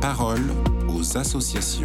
parole aux associations.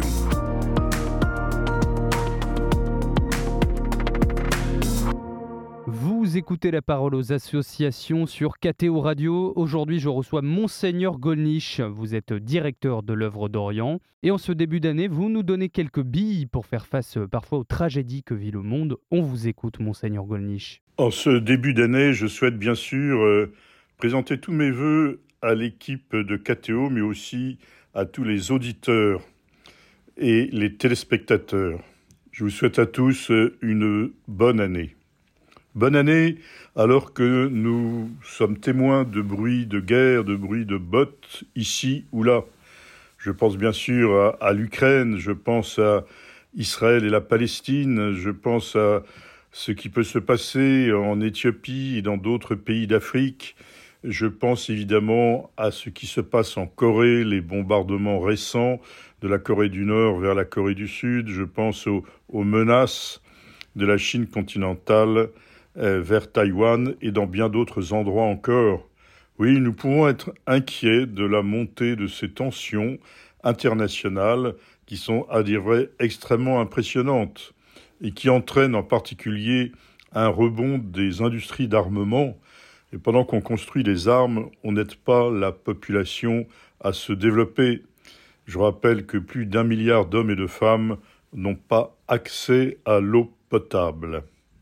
Vous écoutez la parole aux associations sur KTO Radio. Aujourd'hui, je reçois Monseigneur Gollnisch. Vous êtes directeur de l'œuvre d'Orient. Et en ce début d'année, vous nous donnez quelques billes pour faire face parfois aux tragédies que vit le monde. On vous écoute, Monseigneur Gollnisch. En ce début d'année, je souhaite bien sûr présenter tous mes vœux à l'équipe de KTO, mais aussi à tous les auditeurs et les téléspectateurs. Je vous souhaite à tous une bonne année. Bonne année, alors que nous sommes témoins de bruits de guerre, de bruits de bottes, ici ou là. Je pense bien sûr à l'Ukraine, je pense à Israël et la Palestine, je pense à ce qui peut se passer en Éthiopie et dans d'autres pays d'Afrique. Je pense évidemment à ce qui se passe en Corée, les bombardements récents de la Corée du Nord vers la Corée du Sud. Je pense aux menaces de la Chine continentale vers Taïwan et dans bien d'autres endroits encore. Oui, nous pouvons être inquiets de la montée de ces tensions internationales qui sont, à dire vrai, extrêmement impressionnantes et qui entraînent en particulier un rebond des industries d'armement. Et pendant qu'on construit des armes, on n'aide pas la population à se développer. Je rappelle que plus d'1 milliard d'hommes et de femmes n'ont pas accès à l'eau potable.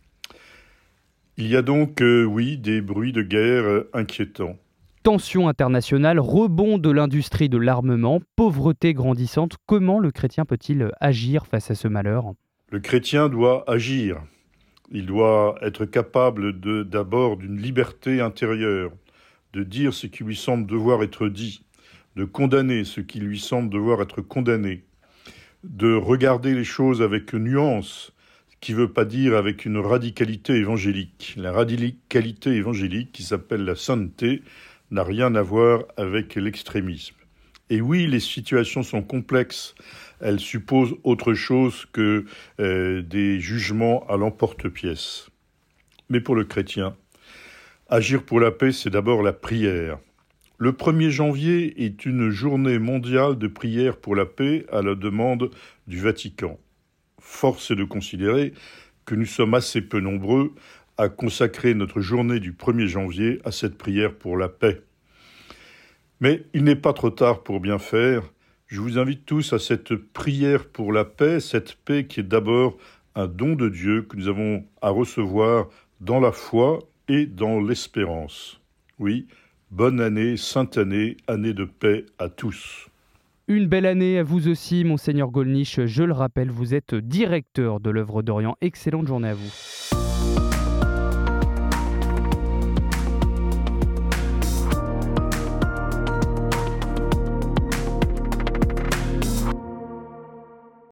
Il y a donc, des bruits de guerre inquiétants. Tension internationale, rebond de l'industrie de l'armement, pauvreté grandissante. Comment le chrétien peut-il agir face à ce malheur ? Le chrétien doit agir. Il doit être capable d'abord d'une liberté intérieure, de dire ce qui lui semble devoir être dit, de condamner ce qui lui semble devoir être condamné, de regarder les choses avec nuance, ce qui ne veut pas dire avec une radicalité évangélique. La radicalité évangélique, qui s'appelle la sainteté, n'a rien à voir avec l'extrémisme. Et oui, les situations sont complexes. Elles supposent autre chose que des jugements à l'emporte-pièce. Mais pour le chrétien, agir pour la paix, c'est d'abord la prière. Le 1er janvier est une journée mondiale de prière pour la paix à la demande du Vatican. Force est de considérer que nous sommes assez peu nombreux à consacrer notre journée du 1er janvier à cette prière pour la paix. Mais il n'est pas trop tard pour bien faire. Je vous invite tous à cette prière pour la paix, cette paix qui est d'abord un don de Dieu que nous avons à recevoir dans la foi et dans l'espérance. Oui, bonne année, sainte année, année de paix à tous. Une belle année à vous aussi, Monseigneur Gollnisch. Je le rappelle, vous êtes directeur de l'œuvre d'Orient. Excellente journée à vous.